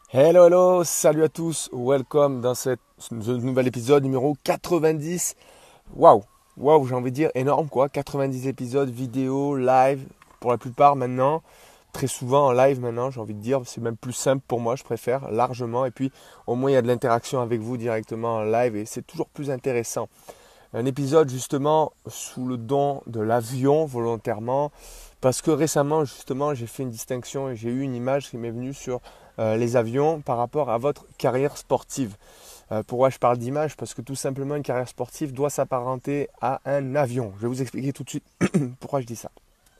Hello, hello, salut à tous, welcome dans ce nouvel épisode numéro 90. Waouh, waouh, j'ai envie de dire énorme quoi, 90 épisodes vidéo, live, pour la plupart maintenant, très souvent en live maintenant, j'ai envie de dire, c'est même plus simple pour moi, je préfère largement, et puis au moins il y a de l'interaction avec vous directement en live et c'est toujours plus intéressant. Un épisode justement sous le don de l'avion volontairement parce que récemment justement j'ai fait une distinction et j'ai eu une image qui m'est venue sur les avions par rapport à votre carrière sportive. Pourquoi je parle d'image? Parce que tout simplement une carrière sportive doit s'apparenter à un avion. Je vais vous expliquer tout de suite pourquoi je dis ça.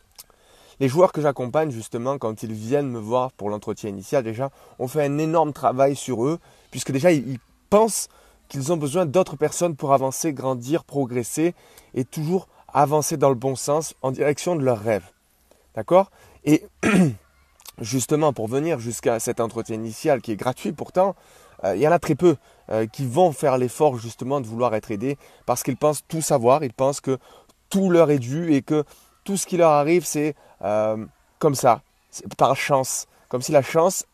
Les joueurs que j'accompagne justement quand ils viennent me voir pour l'entretien initial déjà, on fait un énorme travail sur eux puisque déjà ils pensent qu'ils ont besoin d'autres personnes pour avancer, grandir, progresser et toujours avancer dans le bon sens en direction de leurs rêves. D'accord? Et justement, pour venir jusqu'à cet entretien initial qui est gratuit pourtant, il y en a très peu qui vont faire l'effort justement de vouloir être aidés parce qu'ils pensent tout savoir, ils pensent que tout leur est dû et que tout ce qui leur arrive c'est comme ça, c'est par chance, comme si la chance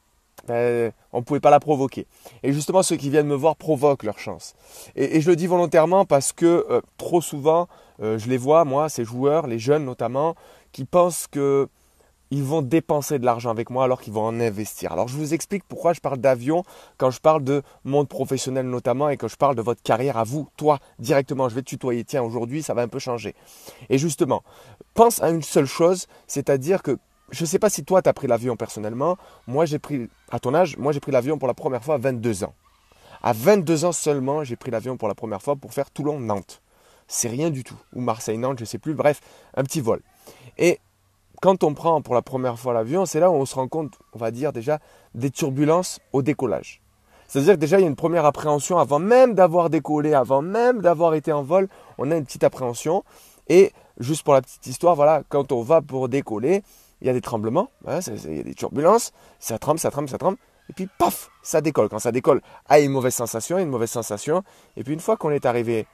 on ne pouvait pas la provoquer. Et justement, ceux qui viennent me voir provoquent leur chance. Et je le dis volontairement parce que trop souvent, je les vois, moi, ces joueurs, les jeunes notamment, qui pensent que ils vont dépenser de l'argent avec moi alors qu'ils vont en investir. Alors je vous explique pourquoi je parle d'avion quand je parle de monde professionnel notamment et quand je parle de votre carrière à vous, toi, directement. Je vais te tutoyer, tiens, aujourd'hui ça va un peu changer. Et justement, pense à une seule chose, c'est-à-dire que je ne sais pas si toi tu as pris l'avion personnellement, moi j'ai pris, à ton âge, moi j'ai pris l'avion pour la première fois à 22 ans. À 22 ans seulement, j'ai pris l'avion pour la première fois pour faire Toulon-Nantes. C'est rien du tout. Ou Marseille-Nantes, je ne sais plus, bref, un petit vol. Et quand on prend pour la première fois l'avion, c'est là où on se rend compte, on va dire déjà, des turbulences au décollage. C'est-à-dire que déjà, il y a une première appréhension avant même d'avoir décollé, avant même d'avoir été en vol, on a une petite appréhension. Et juste pour la petite histoire, voilà, quand on va pour décoller, il y a des tremblements, voilà, il y a des turbulences, ça tremble, ça tremble, ça tremble, et puis paf, ça décolle. Quand ça décolle, ah, il y a une mauvaise sensation, une mauvaise sensation. Et puis une fois qu'on est arrivé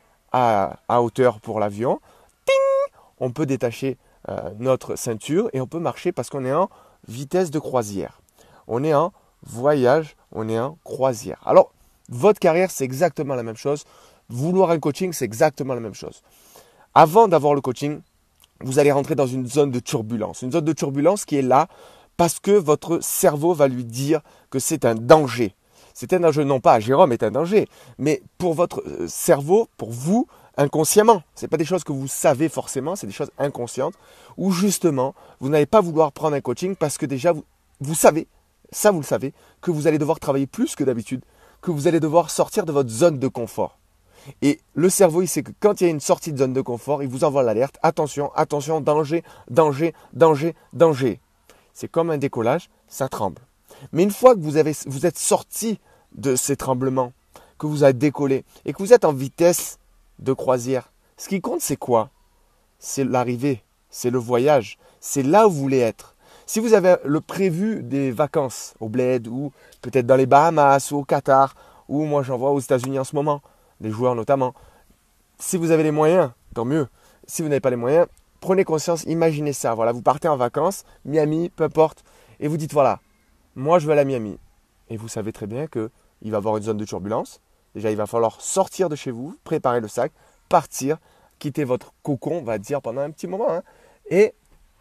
à hauteur pour l'avion, on peut détacher notre ceinture et on peut marcher parce qu'on est en vitesse de croisière. On est en voyage, on est en croisière. Alors, votre carrière, c'est exactement la même chose. Vouloir un coaching, c'est exactement la même chose. Avant d'avoir le coaching, vous allez rentrer dans une zone de turbulence. Une zone de turbulence qui est là parce que votre cerveau va lui dire que c'est un danger. C'est un danger, non pas Jérôme est un danger, mais pour votre cerveau, pour vous, inconsciemment. Ce n'est pas des choses que vous savez forcément, c'est des choses inconscientes, où justement, vous n'allez pas vouloir prendre un coaching parce que déjà, vous savez, ça vous le savez, que vous allez devoir travailler plus que d'habitude, que vous allez devoir sortir de votre zone de confort. Et le cerveau, il sait que quand il y a une sortie de zone de confort, il vous envoie l'alerte. Attention, attention, danger, danger, danger, danger. C'est comme un décollage, ça tremble. Mais une fois que vous êtes sorti de ces tremblements, que vous avez décollé et que vous êtes en vitesse de croisière, ce qui compte, c'est quoi? C'est l'arrivée, c'est le voyage, c'est là où vous voulez être. Si vous avez le prévu des vacances au Bled ou peut-être dans les Bahamas ou au Qatar, ou moi j'en vois aux États-Unis en ce moment, des joueurs notamment, si vous avez les moyens, tant mieux. Si vous n'avez pas les moyens, prenez conscience, imaginez ça. Voilà, vous partez en vacances, Miami, peu importe, et vous dites voilà, moi je vais aller à Miami. Et vous savez très bien qu'il va y avoir une zone de turbulence. Déjà, il va falloir sortir de chez vous, préparer le sac, partir, quitter votre cocon, on va dire, pendant un petit moment. Hein, et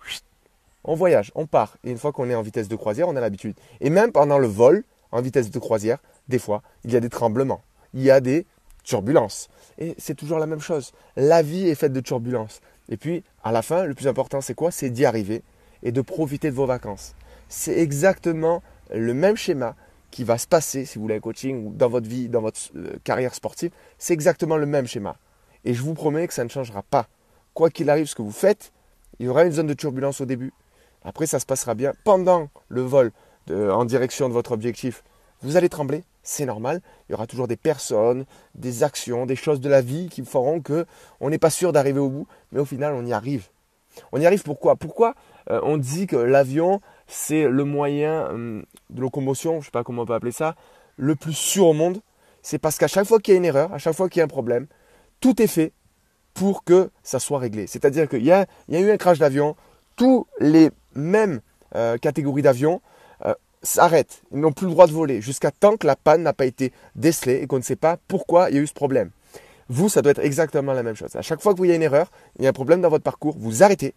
on voyage, on part. Et une fois qu'on est en vitesse de croisière, on a l'habitude. Et même pendant le vol, en vitesse de croisière, des fois, il y a des tremblements. Il y a des turbulences. Et c'est toujours la même chose. La vie est faite de turbulences. Et puis, à la fin, le plus important, c'est quoi? C'est d'y arriver et de profiter de vos vacances. C'est exactement le même schéma qui va se passer si vous voulez un coaching ou dans votre vie, dans votre carrière sportive. C'est exactement le même schéma. Et je vous promets que ça ne changera pas. Quoi qu'il arrive, ce que vous faites, il y aura une zone de turbulence au début. Après, ça se passera bien. Pendant le vol en direction de votre objectif, vous allez trembler, c'est normal. Il y aura toujours des personnes, des actions, des choses de la vie qui feront que on n'est pas sûr d'arriver au bout, mais au final, on y arrive. On y arrive pourquoi? Pourquoi on dit que l'avion, c'est le moyen de locomotion, je ne sais pas comment on peut appeler ça, le plus sûr au monde? C'est parce qu'à chaque fois qu'il y a une erreur, à chaque fois qu'il y a un problème, tout est fait pour que ça soit réglé. C'est-à-dire qu'il y a eu un crash d'avion, tous les mêmes catégories d'avions s'arrêtent. Ils n'ont plus le droit de voler jusqu'à temps que la panne n'a pas été décelée et qu'on ne sait pas pourquoi il y a eu ce problème. Vous, ça doit être exactement la même chose. À chaque fois que vous y a une erreur, il y a un problème dans votre parcours, vous arrêtez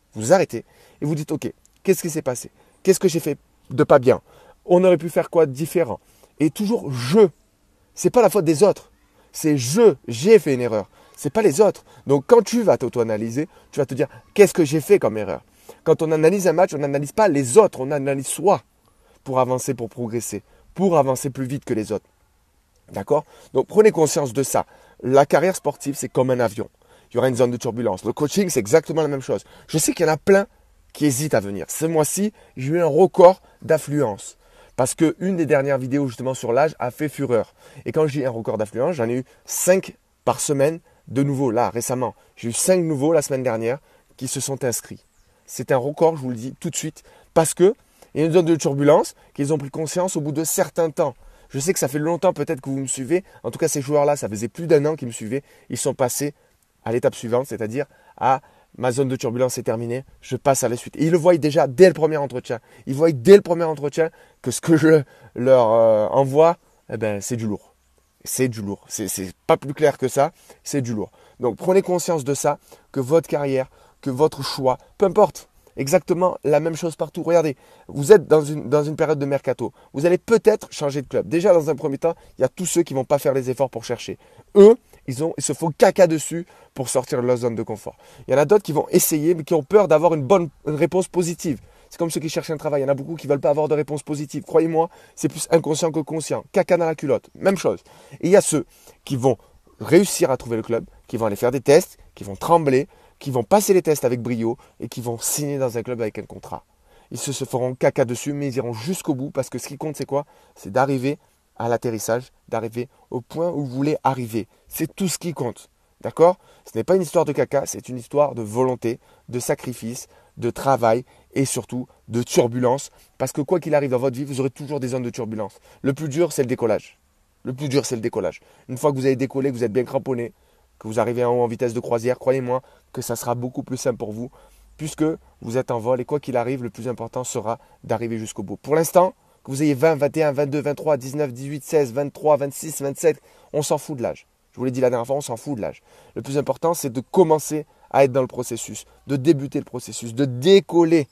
et vous dites, ok, qu'est-ce qui s'est passé? Qu'est-ce que j'ai fait de pas bien? On aurait pu faire quoi de différent? Et toujours je. C'est pas la faute des autres. C'est j'ai fait une erreur. C'est pas les autres. Donc quand tu vas t'auto-analyser, tu vas te dire, qu'est-ce que j'ai fait comme erreur? Quand on analyse un match, on n'analyse pas les autres, on analyse soi pour avancer, pour progresser, pour avancer plus vite que les autres. D'accord? Donc prenez conscience de ça. La carrière sportive, c'est comme un avion. Il y aura une zone de turbulence. Le coaching, c'est exactement la même chose. Je sais qu'il y en a plein qui hésitent à venir. Ce mois-ci, j'ai eu un record d'affluence. Parce qu'une des dernières vidéos justement sur l'âge a fait fureur. Et quand j'ai un record d'affluence, j'en ai eu 5 par semaine de nouveaux, là, récemment. J'ai eu 5 nouveaux la semaine dernière qui se sont inscrits. C'est un record, je vous le dis tout de suite, parce qu'il y a une zone de turbulence qu'ils ont pris conscience au bout de certains temps. Je sais que ça fait longtemps peut-être que vous me suivez. En tout cas, ces joueurs-là, ça faisait plus d'1 an qu'ils me suivaient. Ils sont passés à l'étape suivante, c'est-à-dire à ma zone de turbulence est terminée, je passe à la suite. Et ils le voient déjà dès le premier entretien. Ils voient dès le premier entretien que ce que je leur envoie, eh ben, c'est du lourd. C'est du lourd. C'est pas plus clair que ça, c'est du lourd. Donc prenez conscience de ça, que votre carrière, que votre choix, peu importe, exactement la même chose partout. Regardez, vous êtes dans une période de mercato. Vous allez peut-être changer de club. Déjà, dans un premier temps, il y a tous ceux qui ne vont pas faire les efforts pour chercher. Eux, ils se font caca dessus pour sortir de leur zone de confort. Il y en a d'autres qui vont essayer, mais qui ont peur d'avoir une réponse positive. C'est comme ceux qui cherchent un travail. Il y en a beaucoup qui ne veulent pas avoir de réponse positive. Croyez-moi, c'est plus inconscient que conscient. Caca dans la culotte, même chose. Et il y a ceux qui vont réussir à trouver le club, qui vont aller faire des tests, qui vont trembler, qui vont passer les tests avec brio et qui vont signer dans un club avec un contrat. Ils se feront caca dessus, mais ils iront jusqu'au bout parce que ce qui compte, c'est quoi? C'est d'arriver à l'atterrissage, d'arriver au point où vous voulez arriver. C'est tout ce qui compte. D'accord? Ce n'est pas une histoire de caca, c'est une histoire de volonté, de sacrifice, de travail et surtout de turbulence. Parce que quoi qu'il arrive dans votre vie, vous aurez toujours des zones de turbulence. Le plus dur, c'est le décollage. Le plus dur, c'est le décollage. Une fois que vous avez décollé, que vous êtes bien cramponné, que vous arrivez en haut en vitesse de croisière, croyez-moi que ça sera beaucoup plus simple pour vous, puisque vous êtes en vol et quoi qu'il arrive, le plus important sera d'arriver jusqu'au bout. Pour l'instant, que vous ayez 20, 21, 22, 23, 19, 18, 16, 23, 26, 27, on s'en fout de l'âge. Je vous l'ai dit la dernière fois, on s'en fout de l'âge. Le plus important, c'est de commencer à être dans le processus, de débuter le processus, de décoller,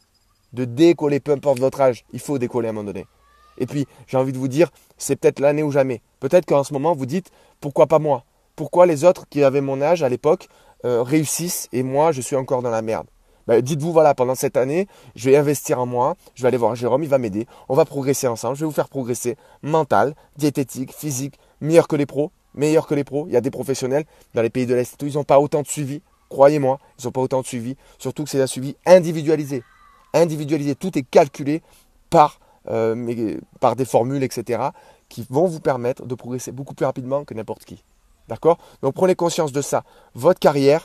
peu importe votre âge, il faut décoller à un moment donné. Et puis, j'ai envie de vous dire, c'est peut-être l'année ou jamais. Peut-être qu'en ce moment, vous dites, pourquoi pas moi? Pourquoi les autres qui avaient mon âge à l'époque réussissent et moi, je suis encore dans la merde? Ben, dites-vous, voilà, pendant cette année, je vais investir en moi, je vais aller voir Jérôme, il va m'aider, on va progresser ensemble, je vais vous faire progresser mental, diététique, physique, meilleur que les pros. Il y a des professionnels dans les pays de l'Est, ils n'ont pas autant de suivi, croyez-moi, ils n'ont pas autant de suivi, surtout que c'est un suivi individualisé. Individualisé, tout est calculé par des formules, etc., qui vont vous permettre de progresser beaucoup plus rapidement que n'importe qui. D'accord? Donc prenez conscience de ça. Votre carrière,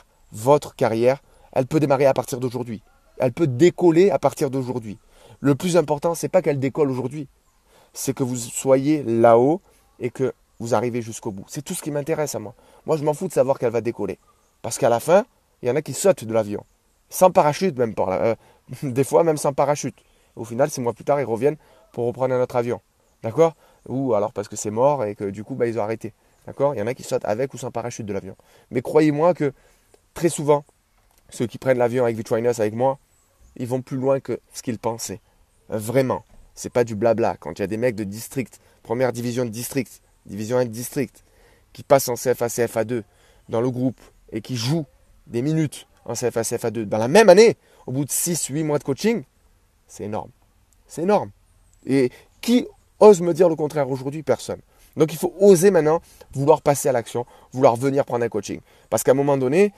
elle peut démarrer à partir d'aujourd'hui. Elle peut décoller à partir d'aujourd'hui. Le plus important, ce n'est pas qu'elle décolle aujourd'hui. C'est que vous soyez là-haut et que vous arrivez jusqu'au bout. C'est tout ce qui m'intéresse à moi. Moi, je m'en fous de savoir qu'elle va décoller. Parce qu'à la fin, il y en a qui sautent de l'avion. Sans parachute même. Des fois, même sans parachute. Au final, 6 mois plus tard, ils reviennent pour reprendre un autre avion. D'accord? Ou alors parce que c'est mort et que du coup, ils ont arrêté. D'accord? Il y en a qui sautent avec ou sans parachute de l'avion. Mais croyez-moi que très souvent, ceux qui prennent l'avion avec Vitrainos, avec moi, ils vont plus loin que ce qu'ils pensaient. Vraiment. C'est pas du blabla. Quand il y a des mecs de district, première division de district, division 1 de district, qui passent en CFA, CFA2 dans le groupe et qui jouent des minutes en CFA, CFA2 dans la même année, au bout de 6-8 mois de coaching, c'est énorme. C'est énorme. Et qui ose me dire le contraire aujourd'hui? Personne. Donc il faut oser maintenant vouloir passer à l'action, vouloir venir prendre un coaching. Parce qu'à un moment donné,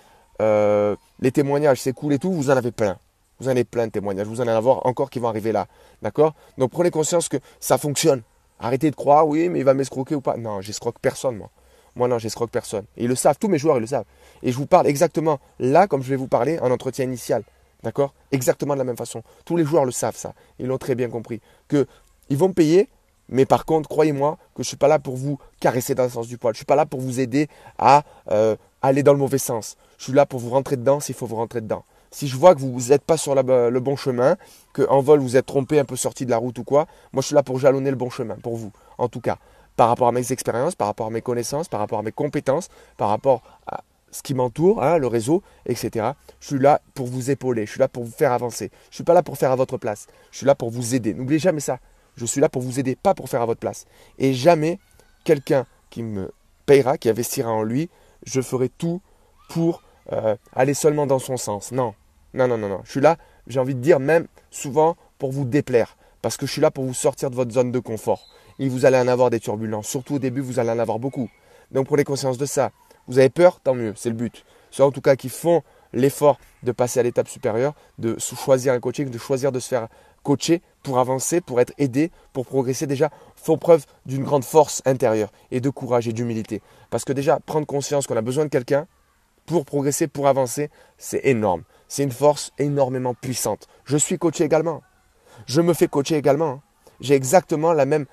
les témoignages, c'est cool et tout, vous en avez plein. Vous en avez plein de témoignages, vous en allez avoir encore qui vont arriver là. D'accord? Donc prenez conscience que ça fonctionne. Arrêtez de croire, oui, mais il va m'escroquer ou pas. Non, j'escroque personne, moi. Moi, non, j'escroque personne. Et ils le savent, tous mes joueurs, ils le savent. Et je vous parle exactement là, comme je vais vous parler en entretien initial. D'accord? Exactement de la même façon. Tous les joueurs le savent, ça. Ils l'ont très bien compris. Qu'ils vont me payer, mais par contre, croyez-moi que je ne suis pas là pour vous caresser dans le sens du poil. Je ne suis pas là pour vous aider à aller dans le mauvais sens. Je suis là pour vous rentrer dedans s'il faut vous rentrer dedans. Si je vois que vous n'êtes pas sur le bon chemin, qu'en vol vous êtes trompé, un peu sorti de la route ou quoi, moi je suis là pour jalonner le bon chemin, pour vous, en tout cas. Par rapport à mes expériences, par rapport à mes connaissances, par rapport à mes compétences, par rapport à ce qui m'entoure, hein, le réseau, etc. Je suis là pour vous épauler, je suis là pour vous faire avancer. Je ne suis pas là pour faire à votre place, je suis là pour vous aider. N'oubliez jamais ça. Je suis là pour vous aider, pas pour faire à votre place. Et jamais quelqu'un qui me payera, qui investira en lui, je ferai tout pour aller seulement dans son sens. Non, non, non, non, non. Je suis là, j'ai envie de dire même souvent pour vous déplaire. Parce que je suis là pour vous sortir de votre zone de confort. Et vous allez en avoir des turbulences. Surtout au début, vous allez en avoir beaucoup. Donc prenez conscience de ça. Vous avez peur, tant mieux, c'est le but. Ceux en tout cas qui font l'effort de passer à l'étape supérieure, de choisir un coaching, de choisir de se faire coacher pour avancer, pour être aidé, pour progresser, déjà font preuve d'une grande force intérieure et de courage et d'humilité. Parce que déjà, prendre conscience qu'on a besoin de quelqu'un pour progresser, pour avancer, c'est énorme. C'est une force énormément puissante. Je suis coaché également. Je me fais coacher également. J'ai exactement la même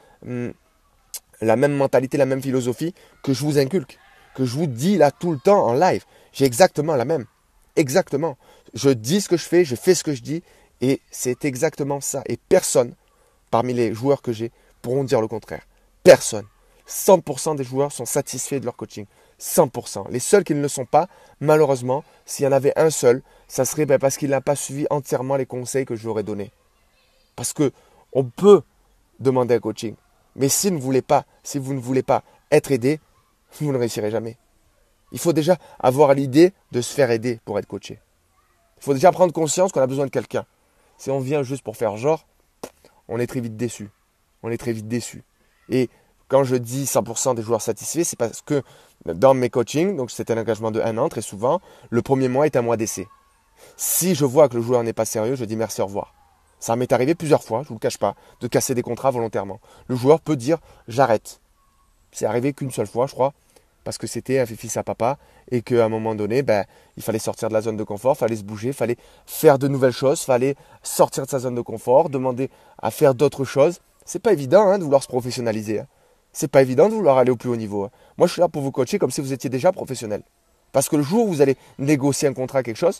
mentalité, la même philosophie que je vous inculque, que je vous dis là tout le temps en live. J'ai exactement la même. Exactement. Je dis ce que je fais ce que je dis et c'est exactement ça. Et personne, parmi les joueurs que j'ai, pourront dire le contraire. Personne. 100% des joueurs sont satisfaits de leur coaching. 100%. Les seuls qui ne le sont pas, malheureusement, s'il y en avait un seul, ça serait parce qu'il n'a pas suivi entièrement les conseils que je lui aurais donnés. Parce qu'on peut demander un coaching. Mais si vous ne voulez pas être aidé, vous ne réussirez jamais. Il faut déjà avoir l'idée de se faire aider pour être coaché. Il faut déjà prendre conscience qu'on a besoin de quelqu'un. Si on vient juste pour faire genre, on est très vite déçu. On est très vite déçu. Et quand je dis 100% des joueurs satisfaits, c'est parce que dans mes coachings, donc c'était un engagement de 1 an, très souvent, le premier mois est un mois d'essai. Si je vois que le joueur n'est pas sérieux, je dis merci, au revoir. Ça m'est arrivé plusieurs fois, je ne vous le cache pas, de casser des contrats volontairement. Le joueur peut dire j'arrête. C'est arrivé qu'une seule fois, je crois, parce que c'était un fils à papa et qu'à un moment donné, il fallait sortir de la zone de confort, il fallait se bouger, il fallait faire de nouvelles choses, il fallait sortir de sa zone de confort, demander à faire d'autres choses. C'est pas évident de vouloir se professionnaliser. C'est pas évident de vouloir aller au plus haut niveau. Moi, je suis là pour vous coacher comme si vous étiez déjà professionnel. Parce que le jour où vous allez négocier un contrat, quelque chose,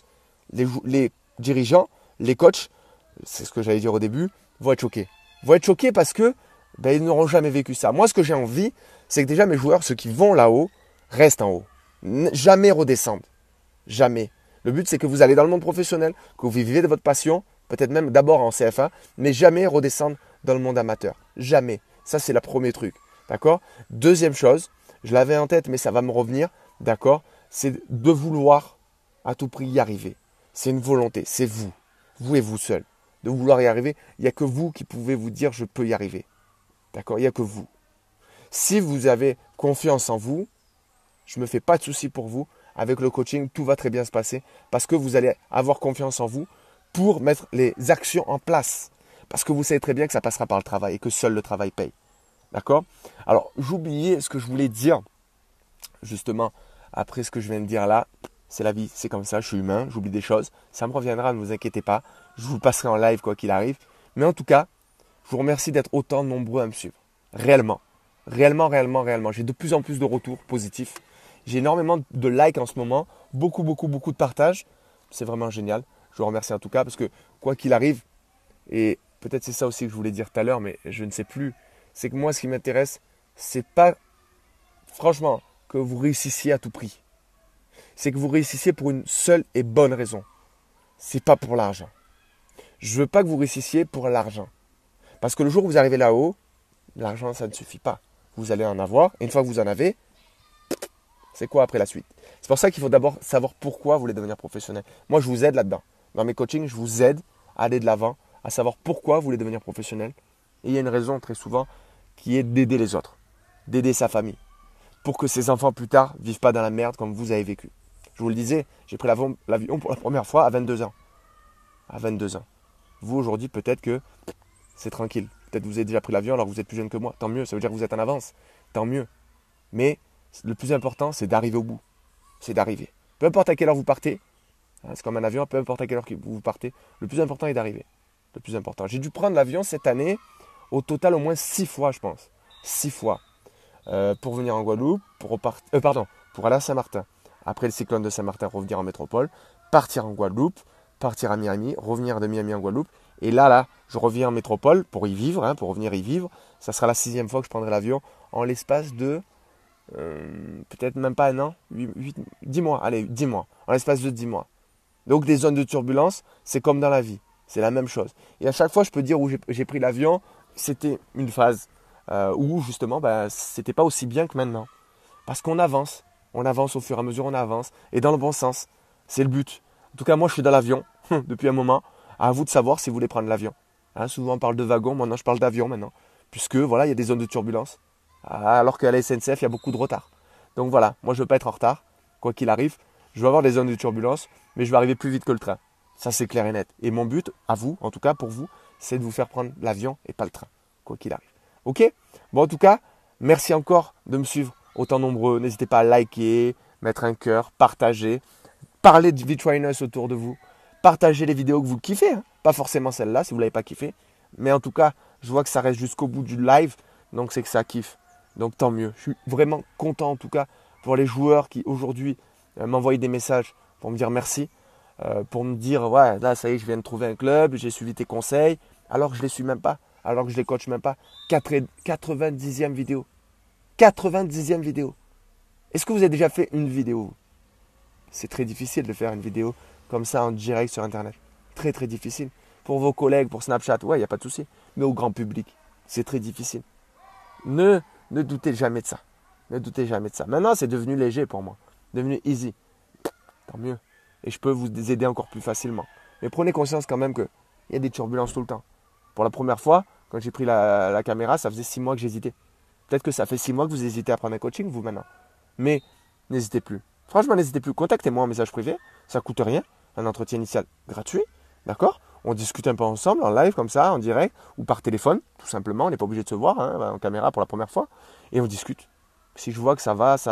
les dirigeants, les coachs, c'est ce que j'allais dire au début, vont être choqués. Vont être choqués parce que ils n'auront jamais vécu ça. Moi, ce que j'ai envie, c'est que déjà mes joueurs, ceux qui vont là-haut, restent en haut. Jamais redescendent. Jamais. Le but, c'est que vous allez dans le monde professionnel, que vous vivez de votre passion, peut-être même d'abord en CFA, mais jamais redescendre dans le monde amateur. Jamais. Ça, c'est le premier truc. D'accord ? Deuxième chose, je l'avais en tête, mais ça va me revenir. D'accord ? C'est de vouloir à tout prix y arriver. C'est une volonté. C'est vous. Vous et vous seul. De vouloir y arriver, il n'y a que vous qui pouvez vous dire je peux y arriver. D'accord ? Il n'y a que vous. Si vous avez confiance en vous, je ne me fais pas de soucis pour vous. Avec le coaching, tout va très bien se passer parce que vous allez avoir confiance en vous pour mettre les actions en place. Parce que vous savez très bien que ça passera par le travail et que seul le travail paye. D'accord ? Alors, j'oubliais ce que je voulais dire, justement, après ce que je viens de dire là. C'est la vie, c'est comme ça, je suis humain, j'oublie des choses. Ça me reviendra, ne vous inquiétez pas. Je vous passerai en live quoi qu'il arrive. Mais en tout cas, je vous remercie d'être autant nombreux à me suivre. Réellement. Réellement, réellement, réellement. J'ai de plus en plus de retours positifs. J'ai énormément de likes en ce moment. Beaucoup, beaucoup, beaucoup de partages. C'est vraiment génial. Je vous remercie en tout cas parce que quoi qu'il arrive, et peut-être c'est ça aussi que je voulais dire tout à l'heure, mais je ne sais plus. C'est que moi, ce qui m'intéresse, c'est pas, franchement, que vous réussissiez à tout prix. C'est que vous réussissiez pour une seule et bonne raison. C'est pas pour l'argent. Je veux pas que vous réussissiez pour l'argent. Parce que le jour où vous arrivez là-haut, l'argent, ça ne suffit pas. Vous allez en avoir. Et une fois que vous en avez, c'est quoi après la suite ? C'est pour ça qu'il faut d'abord savoir pourquoi vous voulez devenir professionnel. Moi, je vous aide là-dedans. Dans mes coachings, je vous aide à aller de l'avant, à savoir pourquoi vous voulez devenir professionnel. Et il y a une raison très souvent qui est d'aider les autres, d'aider sa famille, pour que ses enfants plus tard ne vivent pas dans la merde comme vous avez vécu. Je vous le disais, j'ai pris l'avion pour la première fois à 22 ans. À 22 ans. Vous, aujourd'hui, peut-être que c'est tranquille. Peut-être que vous avez déjà pris l'avion alors que vous êtes plus jeune que moi. Tant mieux, ça veut dire que vous êtes en avance. Tant mieux. Mais le plus important, c'est d'arriver au bout. C'est d'arriver. Peu importe à quelle heure vous partez, c'est comme un avion, peu importe à quelle heure vous partez, le plus important est d'arriver. Le plus important. J'ai dû prendre l'avion cette année, au total au moins 6 fois, je pense. 6 fois. Pour venir en Guadeloupe, pour aller à Saint-Martin. Après le cyclone de Saint-Martin, revenir en métropole, partir en Guadeloupe, partir à Miami, revenir de Miami en Guadeloupe. Et là, je reviens en métropole pour y vivre, hein, pour revenir y vivre. Ça sera la 6e fois que je prendrai l'avion en l'espace de peut-être même pas un an, 10 mois, allez, 10 mois, en l'espace de 10 mois. Donc des zones de turbulence, c'est comme dans la vie, c'est la même chose. Et à chaque fois, je peux dire où j'ai pris l'avion, c'était une phase où justement, c'était pas aussi bien que maintenant. Parce qu'on avance au fur et à mesure, on avance, et dans le bon sens, c'est le but. En tout cas, moi, je suis dans l'avion depuis un moment. À vous de savoir si vous voulez prendre l'avion. Hein, souvent, on parle de wagon, maintenant, je parle d'avion maintenant. Puisque, voilà, il y a des zones de turbulence. Alors qu'à la SNCF, il y a beaucoup de retard. Donc voilà, moi, je ne veux pas être en retard, quoi qu'il arrive. Je vais avoir des zones de turbulence, mais je vais arriver plus vite que le train. Ça, c'est clair et net. Et mon but, à vous, en tout cas pour vous, c'est de vous faire prendre l'avion et pas le train, quoi qu'il arrive. Ok? Bon, en tout cas, merci encore de me suivre autant nombreux. N'hésitez pas à liker, mettre un cœur, partager, parler de V-Trainers autour de vous. Partagez les vidéos que vous kiffez, hein. Pas forcément celle-là si vous ne l'avez pas kiffé. Mais en tout cas, je vois que ça reste jusqu'au bout du live, donc c'est que ça kiffe. Donc tant mieux. Je suis vraiment content en tout cas pour les joueurs qui aujourd'hui m'envoient des messages pour me dire merci. Pour me dire, ouais, là ça y est, je viens de trouver un club, j'ai suivi tes conseils, alors que je ne les suis même pas, alors que je ne les coach même pas. 90e vidéo. 90e vidéo. Est-ce que vous avez déjà fait une vidéo? C'est très difficile de faire une vidéo comme ça en direct sur Internet. Très très difficile. Pour vos collègues, pour Snapchat, ouais, il n'y a pas de souci. Mais au grand public, c'est très difficile. Ne doutez jamais de ça. Ne doutez jamais de ça. Maintenant, c'est devenu léger pour moi. Devenu easy. Tant mieux. Et je peux vous aider encore plus facilement. Mais prenez conscience quand même qu'il y a des turbulences tout le temps. Pour la première fois, quand j'ai pris la caméra, ça faisait 6 mois que j'hésitais. Peut-être que ça fait 6 mois que vous hésitez à prendre un coaching, vous, maintenant. Mais n'hésitez plus. Franchement, n'hésitez plus. Contactez-moi en message privé. Ça ne coûte rien. Un entretien initial gratuit. D'accord? On discute un peu ensemble, en live, comme ça, en direct, ou par téléphone, tout simplement. On n'est pas obligé de se voir, hein, en caméra pour la première fois. Et on discute. Si je vois que ça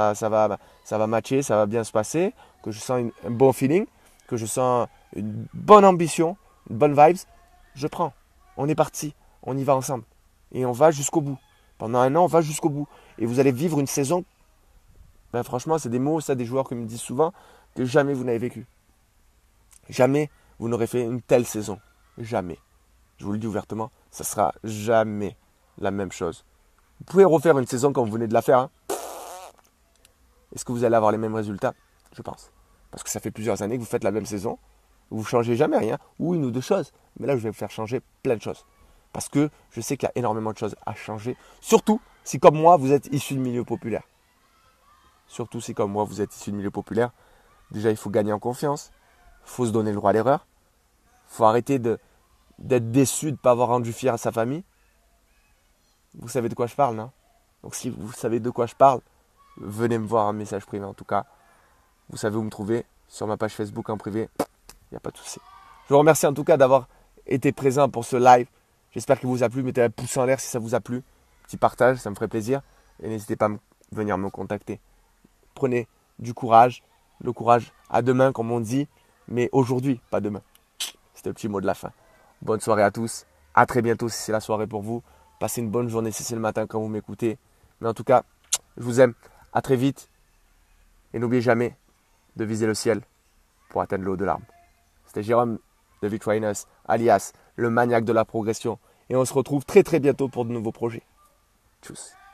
va matcher, ça va bien se passer, que je sens un bon feeling, que je sens une bonne ambition, une bonne vibes, je prends. On est parti. On y va ensemble. Et on va jusqu'au bout. Pendant un an, on va jusqu'au bout. Et vous allez vivre une saison. Franchement, c'est des mots, ça, des joueurs qui me disent souvent que jamais vous n'avez vécu. Jamais vous n'aurez fait une telle saison. Jamais. Je vous le dis ouvertement, ça sera jamais la même chose. Vous pouvez refaire une saison comme vous venez de la faire. Hein. Est-ce que vous allez avoir les mêmes résultats? Je pense. Parce que ça fait plusieurs années que vous faites la même saison. Vous ne changez jamais rien. Ou une ou deux choses. Mais là, je vais vous faire changer plein de choses. Parce que je sais qu'il y a énormément de choses à changer. Surtout si, comme moi, vous êtes issu de milieu populaire. Surtout si, comme moi, vous êtes issu de milieu populaire. Déjà, il faut gagner en confiance. Il faut se donner le droit à l'erreur. Il faut arrêter d'être déçu de ne pas avoir rendu fier à sa famille. Vous savez de quoi je parle, non? Donc si vous savez de quoi je parle, venez me voir un message privé en tout cas. Vous savez où me trouver, sur ma page Facebook en privé. Il n'y a pas de souci. Je vous remercie en tout cas d'avoir été présent pour ce live. J'espère qu'il vous a plu. Mettez un pouce en l'air si ça vous a plu. Petit partage, ça me ferait plaisir. Et n'hésitez pas à venir me contacter. Prenez du courage. Le courage à demain comme on dit. Mais aujourd'hui, pas demain. C'était le petit mot de la fin. Bonne soirée à tous. À très bientôt si c'est la soirée pour vous. Passez une bonne journée si c'est le matin quand vous m'écoutez. Mais en tout cas, je vous aime. À très vite. Et n'oubliez jamais de viser le ciel pour atteindre le haut de l'arbre. C'était Jérôme de V-Trainers, alias le maniaque de la progression. Et on se retrouve très très bientôt pour de nouveaux projets. Tchuss.